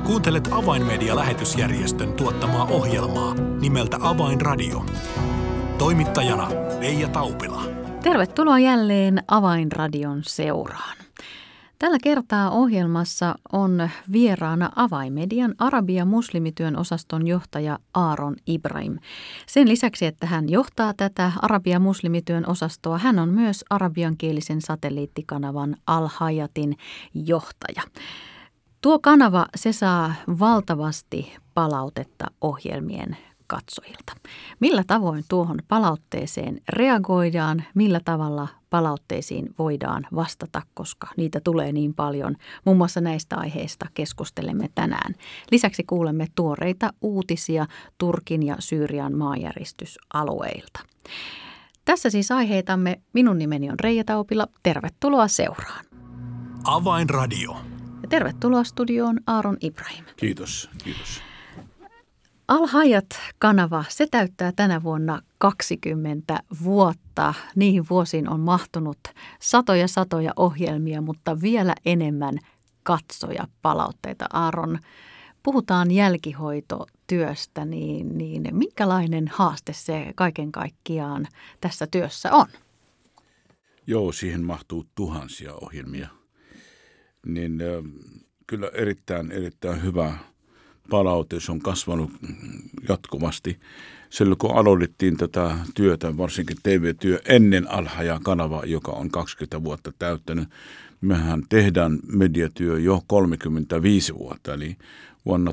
Kuuntelet Avainmedia-lähetysjärjestön tuottamaa ohjelmaa nimeltä Avainradio. Toimittajana Leija Taupila. Tervetuloa jälleen Avainradion seuraan. Tällä kertaa ohjelmassa on vieraana Avainmedian arabia-muslimityön osaston johtaja Aaron Ibrahim. Sen lisäksi, että hän johtaa tätä arabia-muslimityön osastoa, hän on myös arabiankielisen satelliittikanavan Al-Hayatin johtaja. Tuo kanava, se saa valtavasti palautetta ohjelmien katsojilta. Millä tavoin tuohon palautteeseen reagoidaan, millä tavalla palautteisiin voidaan vastata, koska niitä tulee niin paljon. Muun muassa näistä aiheista keskustelemme tänään. Lisäksi kuulemme tuoreita uutisia Turkin ja Syyrian maanjäristysalueilta. Tässä siis aiheitamme. Minun nimeni on Leija Taupila. Tervetuloa seuraan. Avainradio. Ja tervetuloa studioon Aaron Ibrahim. Kiitos, kiitos. Al-Hayat-kanava, se täyttää tänä vuonna 20 vuotta. Niihin vuosiin on mahtunut satoja ohjelmia, mutta vielä enemmän katsoja palautteita. Aaron, puhutaan jälkihoitotyöstä, niin minkälainen haaste se kaiken kaikkiaan tässä työssä on? Joo, siihen mahtuu tuhansia ohjelmia. Niin kyllä erittäin hyvä palaute, se on kasvanut jatkuvasti. Silloin kun aloitettiin tätä työtä, varsinkin TV-työ ennen Al-Hayat-kanavaa, joka on 20 vuotta täyttänyt, mehän tehdään mediatyö jo 35 vuotta, eli vuonna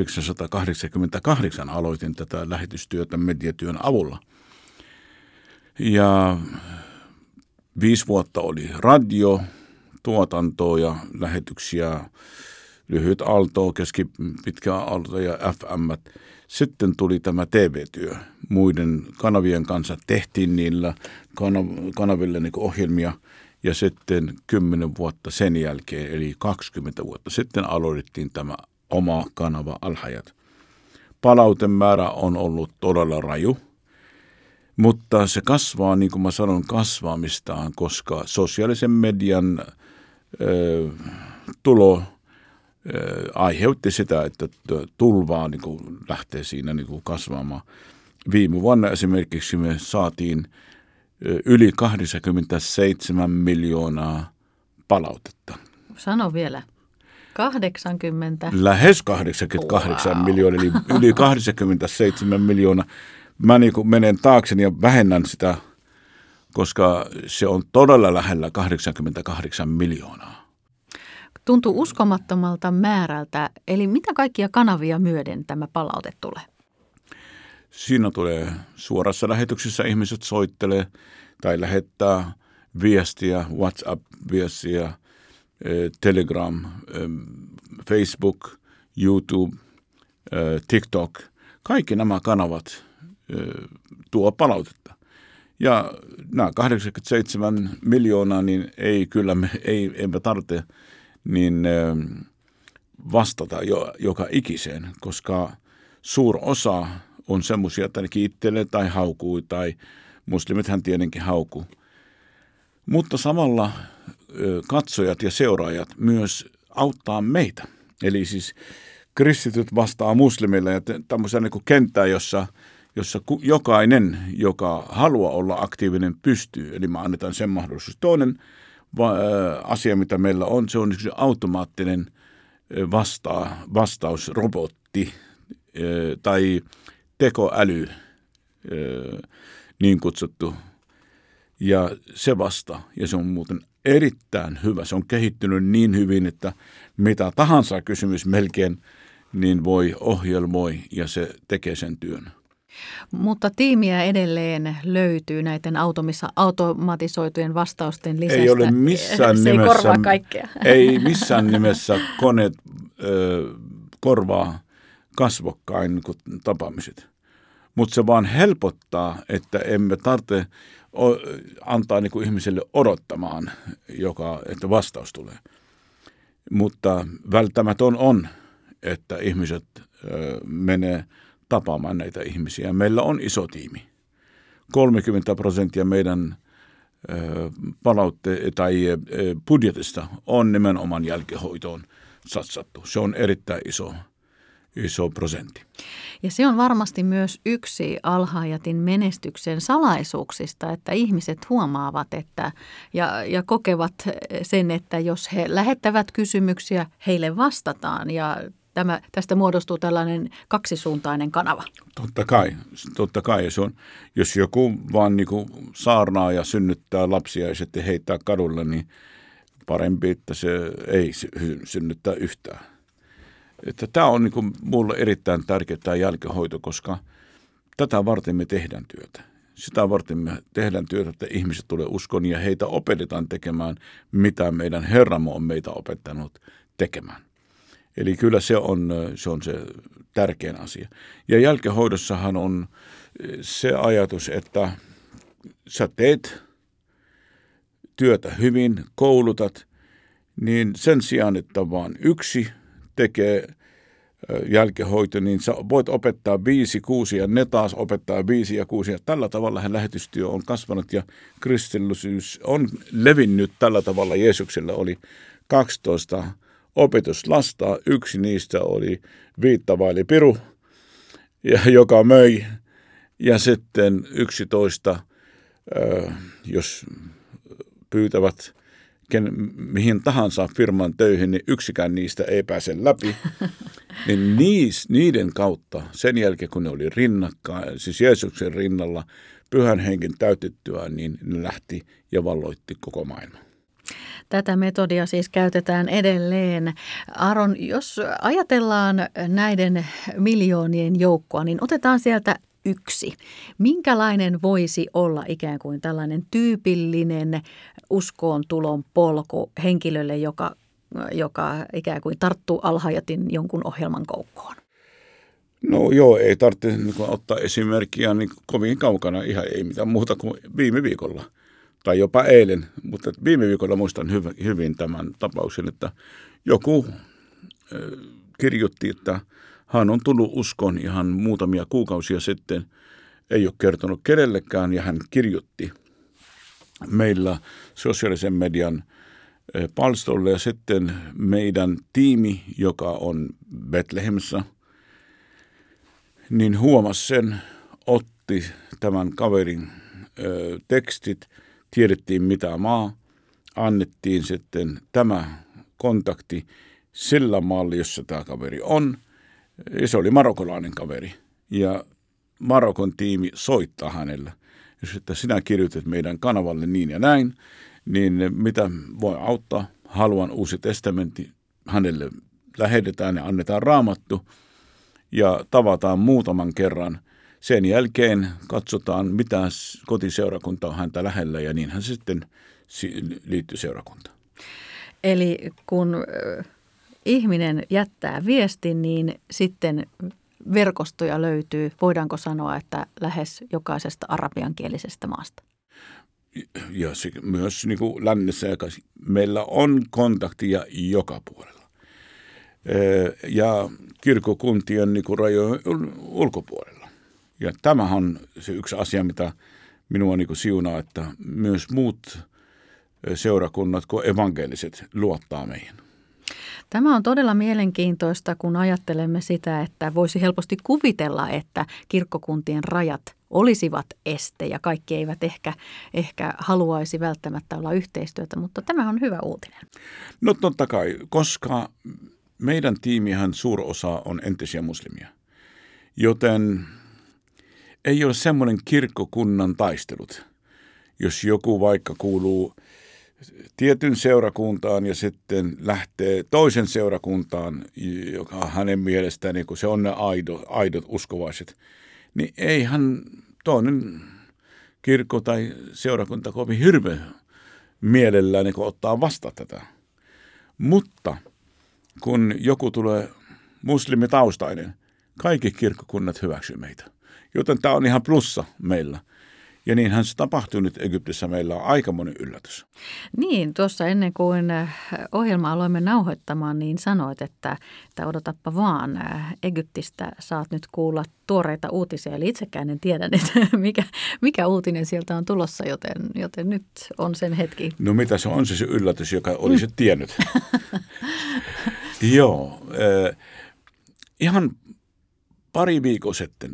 1988 aloitin tätä lähetystyötä mediatyön avulla. Ja 5 vuotta oli radio, tuotantoa ja lähetyksiä, lyhyt aalto, keskipitkä aalto ja FM. Sitten tuli tämä TV-työ. Muiden kanavien kanssa tehtiin niillä kanavilla niin ohjelmia. Ja sitten 10 vuotta sen jälkeen, eli 20 vuotta sitten aloitettiin tämä oma kanava Al-Hayat. Palautemäärä on ollut todella raju, mutta se kasvaa, niin kuin mä sanon, kasvamistaan, koska sosiaalisen median tulo aiheutti sitä, että tulvaa niin kuin lähtee siinä niin kuin kasvamaan. Viime vuonna esimerkiksi me saatiin yli 87 miljoonaa palautetta. Sano vielä. 80. Lähes 88 miljoonaa, eli yli 87 miljoonaa. Mä niin kuin menen taakse ja vähennän sitä, koska se on todella lähellä 88 miljoonaa. Tuntuu uskomattomalta määrältä. Eli mitä kaikkia kanavia myöden tämä palaute tulee? Siinä tulee suorassa lähetyksessä ihmiset soittelee tai lähettää viestiä, WhatsApp-viestiä, Telegram, Facebook, YouTube, TikTok. Kaikki nämä kanavat tuo palautetta. Ja nämä 87 miljoonaa, niin emme tarvitse niin vastata joka ikiseen, koska osa on semmoisia, että ne kiittelee tai haukuu, tai muslimithän tietenkin haukuu. Mutta samalla katsojat ja seuraajat myös auttaa meitä. Eli siis kristityt vastaa muslimille ja tämmöisen niin kuin kenttää, jossa jokainen, joka haluaa olla aktiivinen, pystyy. Eli me annetaan sen mahdollisuus. Toinen asia, mitä meillä on, se on automaattinen vastausrobotti tai tekoäly, niin kutsuttu. Ja se vastaa, ja se on muuten erittäin hyvä. Se on kehittynyt niin hyvin, että mitä tahansa kysymys melkein, niin voi ohjelmoi, ja se tekee sen työn. Mutta tiimiä edelleen löytyy näiden automatisoitujen vastausten lisästä. Ei ole missään se nimessä, ei korvaa kaikkea. Ei missään nimessä koneet korvaa kasvokkain tapaamiset. Mutta se vaan helpottaa, että emme tarvitse antaa niin kuin ihmiselle odottamaan, että vastaus tulee. Mutta välttämätön on, että ihmiset menee tapaamaan näitä ihmisiä. Meillä on iso tiimi. 30% meidän budjetista on nimenomaan jälkihoitoon. satsattu. Se on erittäin iso prosentti. Ja se on varmasti myös yksi Al-Hayatin menestyksen salaisuuksista, että ihmiset huomaavat ja kokevat sen, että jos he lähettävät kysymyksiä, heille vastataan ja tästä muodostuu tällainen kaksisuuntainen kanava. Totta kai. Se on, jos joku vaan niin kuin saarnaa ja synnyttää lapsia ja sitten heittää kadulle, niin parempi, että se ei synnyttää yhtään. Että tämä on niin kuin mulle erittäin tärkeä tämä jälkihoito, koska tätä varten me tehdään työtä. Sitä varten me tehdään työtä, että ihmiset tulee uskoon ja heitä opetetaan tekemään, mitä meidän Herramme on meitä opettanut tekemään. Eli kyllä se on se tärkein asia. Ja jälkihoidossahan on se ajatus, että sä teet työtä hyvin, koulutat, niin sen sijaan, että vaan yksi tekee jälkihoito, niin sä voit opettaa 5, 6 ja ne taas opettaa 5 ja 6. Ja tällä tavalla lähetystyö on kasvanut ja kristillisyys on levinnyt tällä tavalla. Jeesuksella oli 12 opetuslasta. Yksi niistä oli viittavailipiru, joka möi. Ja sitten 11, jos pyytävät mihin tahansa firman töihin, niin yksikään niistä ei pääse läpi. Niin niiden kautta, sen jälkeen kun ne oli rinnakkain, siis Jeesuksen rinnalla, Pyhän Hengen täytettyä, niin ne lähti ja valloitti koko maailman. Tätä metodia siis käytetään edelleen. Aaron, jos ajatellaan näiden miljoonien joukkoa, niin otetaan sieltä yksi. Minkälainen voisi olla ikään kuin tällainen tyypillinen uskoon tulon polku henkilölle, joka ikään kuin tarttuu Al-Hayatin jonkun ohjelman koukkoon? No joo, ei tarvitse ottaa esimerkkiä niin kovin kaukana, ihan ei mitään muuta kuin viime viikolla. Tai jopa eilen, mutta viime viikolla muistan hyvin tämän tapauksen, että joku kirjoitti, että hän on tullut uskoon ihan muutamia kuukausia sitten, ei ole kertonut kenellekään ja hän kirjoitti meillä sosiaalisen median palstolle ja sitten meidän tiimi, joka on Betlehemissä, niin huomasi sen, otti tämän kaverin tekstit, tiedettiin mitä maa, annettiin sitten tämä kontakti sillä maalla, jossa tämä kaveri on. Ja se oli marokolainen kaveri ja Marokon tiimi soittaa hänelle. Jos että sinä kirjoitat meidän kanavalle niin ja näin, niin mitä voi auttaa? Haluan Uusi testamentti. Hänelle lähetetään ja annetaan Raamattu ja tavataan muutaman kerran. Sen jälkeen katsotaan, mitä kotiseurakunta on häntä lähellä ja niin hän sitten liittyy seurakuntaan. Eli kun ihminen jättää viestin, niin sitten verkostoja löytyy, voidaanko sanoa, että lähes jokaisesta arabiankielisestä maasta? Ja myös niin kuin lännessä meillä on kontaktia joka puolella. Ja kirkkokuntien niin kuin rajojen ulkopuolella. Ja tämähän on se yksi asia, mitä minua niin kuin siunaa, että myös muut seurakunnat kuin evankeliset luottaa meihin. Tämä on todella mielenkiintoista, kun ajattelemme sitä, että voisi helposti kuvitella, että kirkkokuntien rajat olisivat este ja kaikki eivät ehkä haluaisi välttämättä olla yhteistyötä, mutta tämä on hyvä uutinen. No totta kai, koska meidän tiimihän suurosa on entisiä muslimia, joten ei ole semmoinen kirkkokunnan taistelut, jos joku vaikka kuuluu tietyn seurakuntaan ja sitten lähtee toisen seurakuntaan, joka hänen mielestään niin se on ne aidot uskovaiset, niin eihän toinen kirkko tai seurakunta kovin hirveän mielellään niin ottaa vasta tätä. Mutta kun joku tulee muslimitaustainen, kaikki kirkkokunnat hyväksyy meitä. Joten tämä on ihan plussa meillä. Ja niinhän se tapahtui nyt Egyptissä. Meillä on aikamoinen yllätys. Niin, tuossa ennen kuin ohjelma aloimme nauhoittamaan, niin sanoit, että odotappa vaan. Egyptistä saat nyt kuulla tuoreita uutisia. Eli itsekään en tiedä, että mikä uutinen sieltä on tulossa, joten nyt on sen hetki. No mitä se on se yllätys, joka olisi tiennyt? Joo, ihan pari viikkoa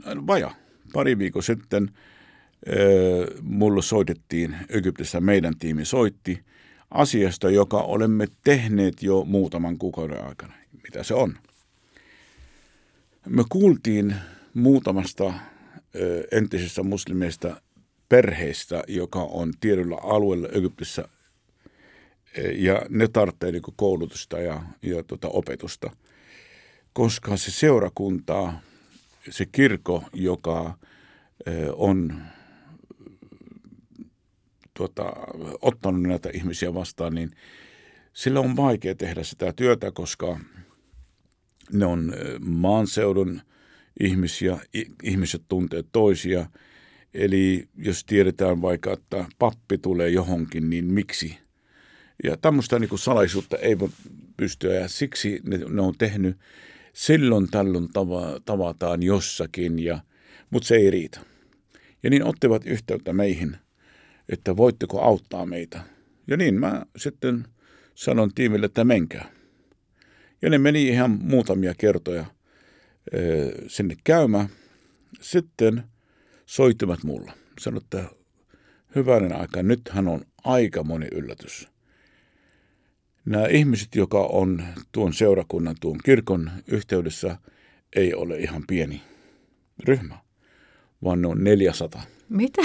sitten mulle soitettiin Egyptissä, meidän tiimi soitti asiasta, joka olemme tehneet jo muutaman kuukauden aikana. Mitä se on? Me kuultiin muutamasta entisestä muslimeista perheestä, joka on tietyllä alueella Egyptissä, ja ne tarvitsee niin kuin koulutusta ja opetusta, koska se seurakunta, se kirkko, joka on ottanut näitä ihmisiä vastaan, niin sillä on vaikea tehdä sitä työtä, koska ne on maanseudun ihmisiä, ihmiset tuntee toisia. Eli jos tiedetään vaikka, että pappi tulee johonkin, niin miksi? Ja tämmöistä niin kuin salaisuutta ei voi pystyä, ja siksi ne on tehnyt silloin tällöin tavataan jossakin, mutta se ei riitä. Ja niin ottivat yhteyttä meihin, että voitteko auttaa meitä. Ja niin mä sitten sanon tiimille, että menkää. Ja ne meni ihan muutamia kertoja sinne käymään. Sitten soittivat mulle. Sanoivat, että hyvänen aika, nythän on aika moni yllätys. Nämä ihmiset, joka on tuon seurakunnan, tuon kirkon yhteydessä, ei ole ihan pieni ryhmä, vaan ne on 400. Mitä?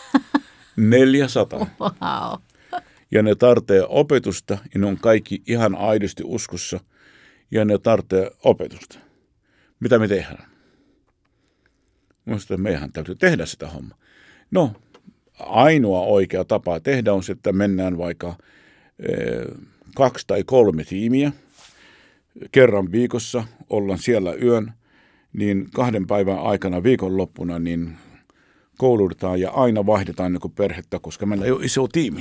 400. Wow. Ja ne tarvitsee opetusta, ja ne on kaikki ihan aidosti uskossa, ja ne tarvitsee opetusta. Mitä me tehdään? Mielestäni meidän täytyy tehdä sitä hommaa. No, ainoa oikea tapa tehdä on se, että mennään vaikka 2 tai 3 tiimiä. Kerran viikossa ollaan siellä yön, niin 2 päivän aikana viikonloppuna niin koulutetaan ja aina vaihdetaan niin kuin perhettä, koska meillä ei ole iso tiimi.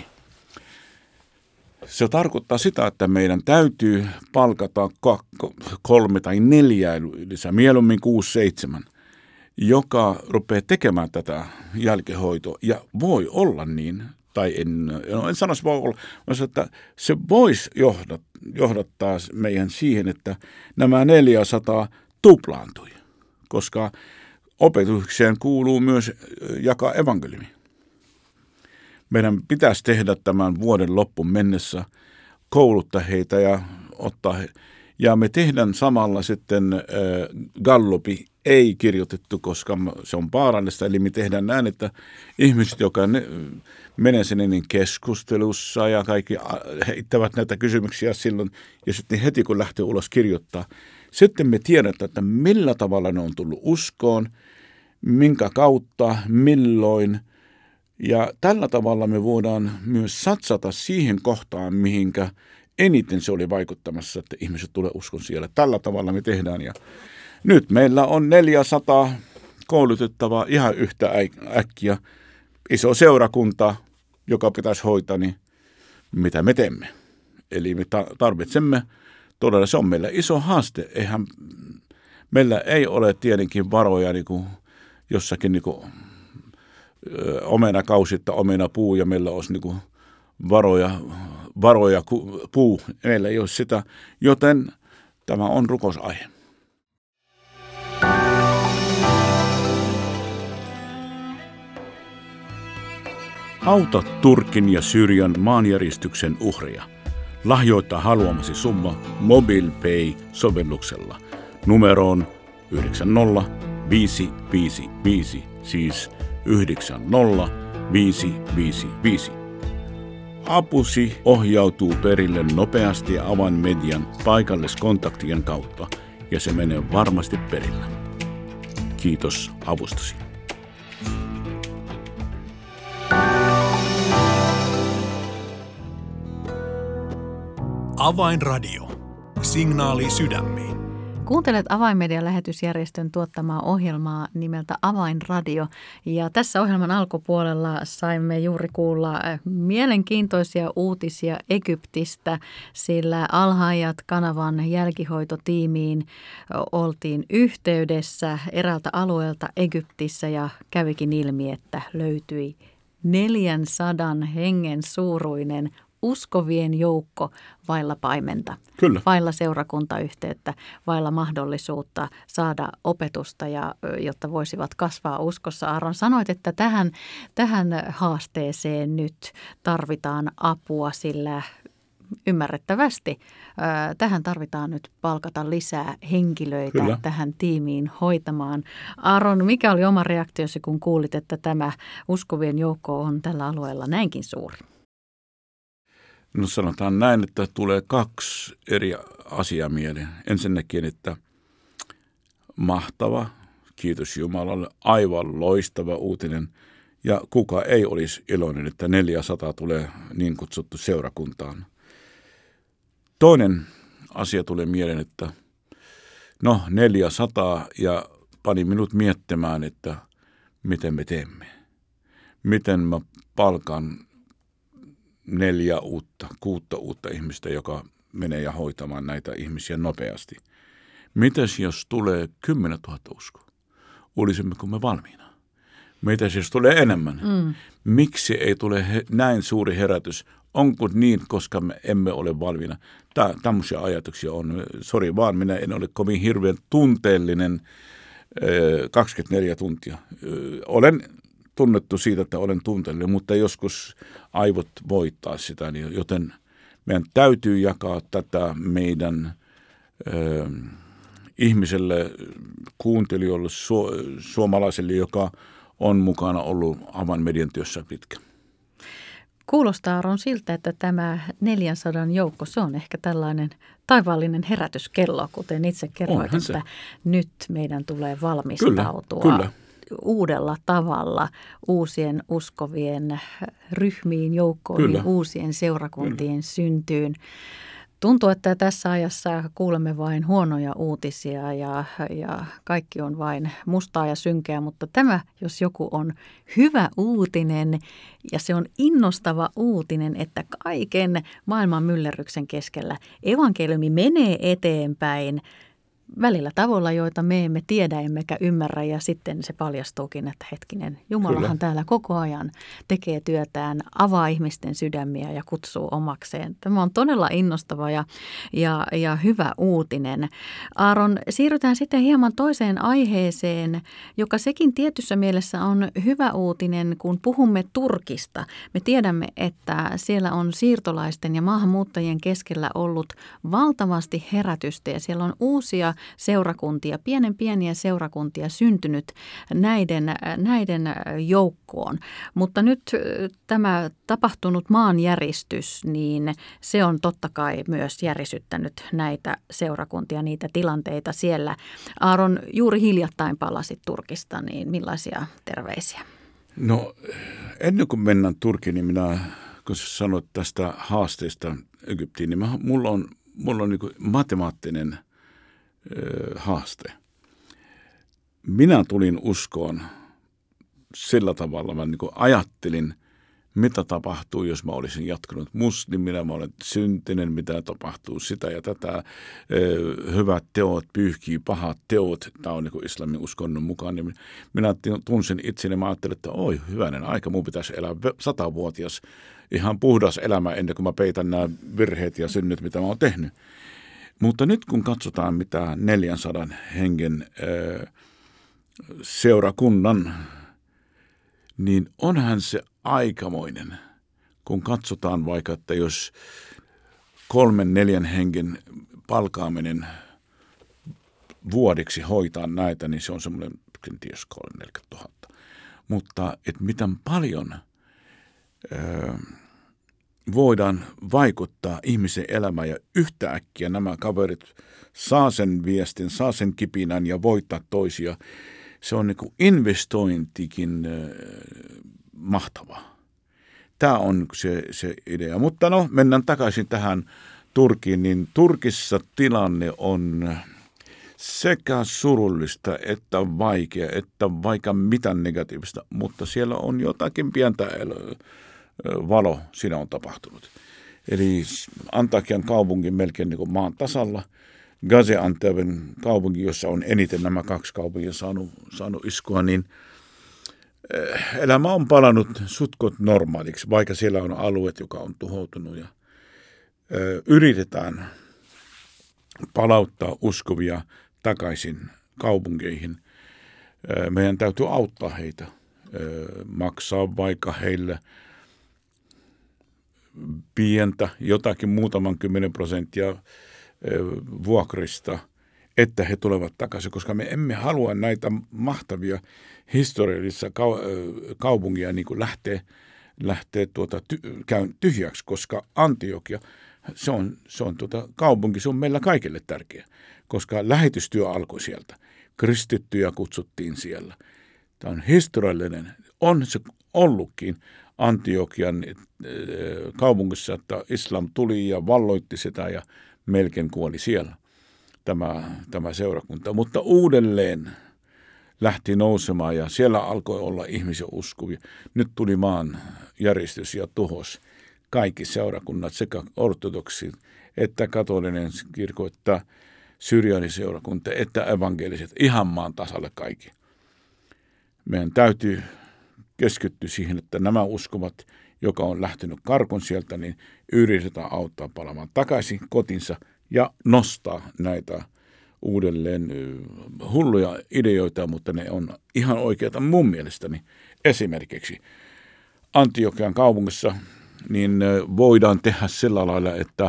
Se tarkoittaa sitä, että meidän täytyy palkata 3 tai 4 lisää, mieluummin 6-7, joka rupeaa tekemään tätä jälkihoitoa. Ja voi olla niin, tai en sanoisi voi olla, vaan että se voisi johdattaa meidän siihen, että nämä 400 tuplaantui, koska opetukseen kuuluu myös jakaa evankeliumi. Meidän pitäisi tehdä tämän vuoden loppuun mennessä, kouluttaa heitä ja ottaa he. Ja me tehdään samalla sitten gallupi ei kirjoitettu, koska se on vaarallista. Eli me tehdään näin, että ihmiset, jotka menee sinne niin keskustelussa ja kaikki heittävät näitä kysymyksiä silloin, ja sitten heti kun lähtee ulos kirjoittaa, sitten me tiedetään, että millä tavalla ne on tullut uskoon, minkä kautta, milloin. Ja tällä tavalla me voidaan myös satsata siihen kohtaan, mihinkä eniten se oli vaikuttamassa, että ihmiset tulee uskon siellä. Tällä tavalla me tehdään. Ja nyt meillä on 400 koulutettavaa ihan yhtä äkkiä. Iso seurakunta, joka pitäisi hoitaa, niin mitä me teemme? Eli me tarvitsemme, todella se on meillä iso haaste. Meillä ei ole tietenkin varoja niin kuin jossakin niin kuin omenakausitta omenapuu ja meillä olisi niin kuin varoja puu. Meillä ei ole sitä, joten tämä on rukousaihe. Auta Turkin ja Syyrian maanjäristyksen uhria. Lahjoita haluamasi summa MobilePay-sovelluksella numeroon 90555, siis 90555. Apusi ohjautuu perille nopeasti Avainmedian paikalliskontaktien kautta ja se menee varmasti perille. Kiitos avustasi. Avainradio. Signaali sydämiin. Kuuntelet Avainmedian lähetysjärjestön tuottamaa ohjelmaa nimeltä Avainradio. Ja tässä ohjelman alkupuolella saimme juuri kuulla mielenkiintoisia uutisia Egyptistä, sillä Al-Hayat-kanavan jälkihoitotiimiin oltiin yhteydessä eräältä alueelta Egyptissä ja kävikin ilmi, että löytyi 400 hengen suuruinen uskovien joukko vailla paimenta, Kyllä. vailla seurakuntayhteyttä, vailla mahdollisuutta saada opetusta, jotta voisivat kasvaa uskossa. Aaron, sanoit, että tähän haasteeseen nyt tarvitaan apua, sillä ymmärrettävästi tähän tarvitaan nyt palkata lisää henkilöitä Kyllä. tähän tiimiin hoitamaan. Aaron, mikä oli oma reaktiosi, kun kuulit, että tämä uskovien joukko on tällä alueella näinkin suuri? No sanotaan näin, että tulee 2 eri asiaa mieleen. Ensinnäkin, että mahtava, kiitos Jumalalle, aivan loistava uutinen. Ja kuka ei olisi iloinen, että 400 tulee niin kutsuttu seurakuntaan. Toinen asia tulee mieleen, että 400 ja pani minut miettimään, että miten me teemme. Miten mä palkan 4 uutta, 6 uutta ihmistä, joka menee ja hoitamaan näitä ihmisiä nopeasti. Mitäs jos tulee 10 000 uskoa? Olisimmeko me valmiina? Mitäs jos tulee enemmän? Miksi ei tule näin suuri herätys? Onko niin, koska me emme ole valmiina? Tämmöisiä ajatuksia on. Sori vaan, minä en ole kovin hirveän tunteellinen 24 tuntia. Olen tunnettu siitä, että olen tunteellinen, mutta joskus aivot voittaa sitä, joten meidän täytyy jakaa tätä meidän ihmiselle, kuuntelijoille, suomalaiselle, joka on mukana ollut avainmedian työssä pitkä. Kuulostaa, Aaron, siltä, että tämä 400 joukko, se on ehkä tällainen taivaallinen herätyskello, kuten itse kerroit, että nyt meidän tulee valmistautua Kyllä. uudella tavalla uusien uskovien ryhmiin, joukkoihin, Kyllä. uusien seurakuntien syntyyn. Tuntuu, että tässä ajassa kuulemme vain huonoja uutisia ja kaikki on vain mustaa ja synkeää, mutta tämä, jos joku, on hyvä uutinen ja se on innostava uutinen, että kaiken maailman myllerryksen keskellä evankeliumi menee eteenpäin välillä tavoilla, joita me emme tiedä emmekä ymmärrä, ja sitten se paljastuukin, että hetkinen, Jumalahan Kyllä. täällä koko ajan tekee työtään, avaa ihmisten sydämiä ja kutsuu omakseen. Tämä on todella innostava ja hyvä uutinen. Aaron, siirrytään sitten hieman toiseen aiheeseen, joka sekin tietyssä mielessä on hyvä uutinen, kun puhumme Turkista. Me tiedämme, että siellä on siirtolaisten ja maahanmuuttajien keskellä ollut valtavasti herätystä, ja siellä on uusia seurakuntia, pieniä seurakuntia syntynyt näiden joukkoon. Mutta nyt tämä tapahtunut maanjäristys, niin se on totta kai myös järisyttänyt näitä seurakuntia, niitä tilanteita siellä. Aaron, juuri hiljattain palasit Turkista, niin millaisia terveisiä? No, ennen kuin mennään Turkiin, niin minä, kun sanoit tästä haasteesta Egyptiin, niin mulla on niin kuin matemaattinen haaste. Minä tulin uskoon sillä tavalla, mä niin kuin ajattelin, mitä tapahtuu, jos mä olisin jatkanut muslimina, mä olen syntinen, mitä tapahtuu, sitä ja tätä, hyvät teot pyyhkii pahat teot, tämä on niin kuin islamin uskonnon mukaan. Niin minä tunsin itseni, mä ajattelin, että oi hyvänen aika, mun pitäisi elää 100-vuotias, ihan puhdas elämä ennen kuin mä peitän nämä virheet ja synnyt, mitä mä oon tehnyt. Mutta nyt kun katsotaan, mitä 400 hengen seurakunnan, niin onhan se aikamoinen, kun katsotaan vaikka, että jos 3-4 hengen palkaaminen vuodeksi hoitaa näitä, niin se on semmoinen, en tiedä, 30 000. Mutta että miten paljon voidaan vaikuttaa ihmisen elämään ja yhtäkkiä nämä kaverit saa sen viestin, saa sen kipinän ja voittaa toisia. Se on niin kuin investointikin mahtavaa. Tämä on se idea. Mutta no, mennään takaisin tähän Turkiin, niin Turkissa tilanne on sekä surullista että vaikea, että vaikka mitään negatiivista, mutta siellä on jotakin pientä valo siinä on tapahtunut. Eli Antakian kaupungin melkein niin kuin maan tasalla, Gaziantepin kaupunki, jossa on eniten nämä 2 kaupunkia saanut iskua, niin elämä on palannut sutkot normaaliksi, vaikka siellä on alueet, joka on tuhoutunut ja yritetään palauttaa uskovia takaisin kaupunkeihin. Meidän täytyy auttaa heitä, maksaa vaikka heille pientä, jotakin muutaman 10% vuokrista, että he tulevat takaisin, koska me emme halua näitä mahtavia historiallisia kaupunkia niin kuin lähteä tyhjäksi, koska Antiokia, se on kaupunki, se on meillä kaikille tärkeä, koska lähetystyö alkoi sieltä. Kristittyjä kutsuttiin siellä. Tämä on historiallinen, on se ollutkin Antiokian kaupungissa, että islam tuli ja valloitti sitä ja melkein kuoli siellä tämä seurakunta. Mutta uudelleen lähti nousemaan ja siellä alkoi olla ihmisiä uskovia. Nyt tuli maan järjestys ja tuhos kaikki seurakunnat, sekä ortodoksi että katolinen kirkko, että syrjaniseurakunta, että evankeliset, ihan maan tasalle kaikki. Meidän täytyy keskittyä siihen, että nämä uskovat, joka on lähtenyt karkon sieltä, niin yritetään auttaa palaamaan takaisin kotinsa ja nostaa näitä uudelleen hulluja ideoita, mutta ne on ihan oikeita mun mielestäni. Esimerkiksi Antiokian kaupungissa niin voidaan tehdä sillä lailla, että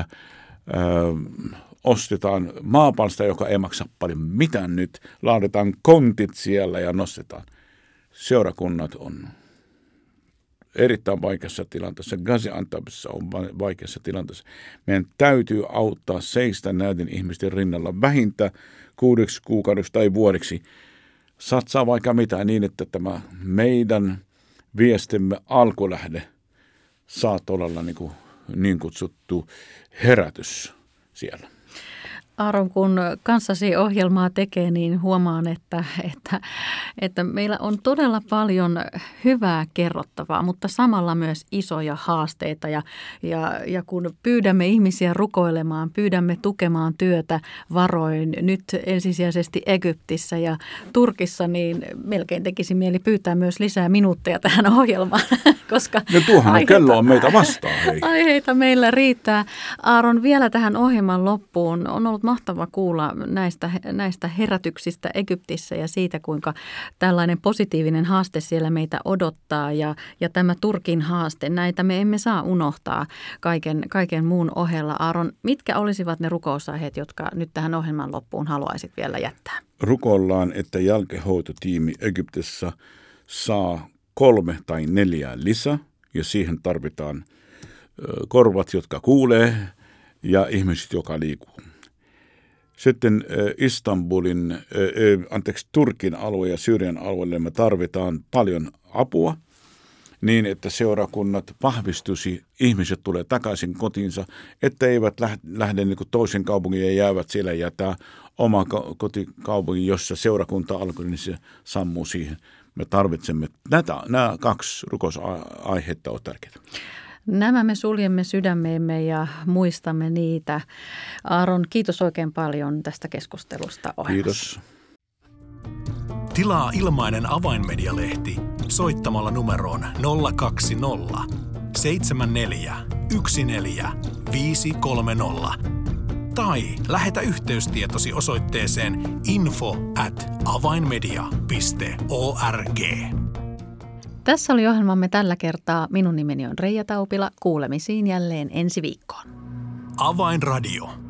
ostetaan maapalsta, joka ei maksa paljon mitään nyt, laaditaan kontit siellä ja nostetaan. Seurakunnat on erittäin vaikeassa tilanteessa. Gaziantepissa on vaikeassa tilanteessa. Meidän täytyy auttaa seistä näiden ihmisten rinnalla vähintään 6 kuukaudeksi tai vuodeksi. Satsaa vaikka mitään niin, että tämä meidän viestimme alkulähde saa todella niin kutsuttu herätys siellä. Aaron, kun kanssasi ohjelmaa tekee, niin huomaan, että meillä on todella paljon hyvää kerrottavaa, mutta samalla myös isoja haasteita. Ja kun pyydämme ihmisiä rukoilemaan, pyydämme tukemaan työtä varoin, nyt ensisijaisesti Egyptissä ja Turkissa, niin melkein tekisi mieli pyytää myös lisää minuutteja tähän ohjelmaan, koska kello on meitä vastaan. Hei. Aiheita meillä riittää. Aaron, vielä tähän ohjelman loppuun. On ollut mahtava kuulla näistä herätyksistä Egyptissä ja siitä, kuinka tällainen positiivinen haaste siellä meitä odottaa ja tämä Turkin haaste. Näitä me emme saa unohtaa kaiken muun ohella. Aaron, mitkä olisivat ne rukousaiheet, jotka nyt tähän ohjelman loppuun haluaisit vielä jättää? Rukoillaan, että jälkihoitotiimi Egyptissä saa 3 tai 4 lisää ja siihen tarvitaan korvat, jotka kuulee ja ihmiset, jotka liikkuu. Sitten Turkin alue ja Syyrian alueelle me tarvitaan paljon apua niin, että seurakunnat vahvistuisi, ihmiset tulee takaisin kotiinsa, että eivät lähde niin kuin toisen kaupungin ja jäävät siellä ja tämä oma kotikaupungin, jossa seurakunta alkoi, niin se sammuu siihen. Me tarvitsemme nämä 2 rukousaihetta on tärkeitä. Nämä me suljemme sydämeemme ja muistamme niitä. Aaron, kiitos oikein paljon tästä keskustelusta ohjelmassa. Kiitos. Tilaa ilmainen Avainmedia-lehti soittamalla numeroon 020 74 14 530 tai lähetä yhteystietosi osoitteeseen info@avainmedia.org. Tässä oli ohjelmamme tällä kertaa. Minun nimeni on Reija Taupila. Kuulemisiin jälleen ensi viikkoon. Avainradio.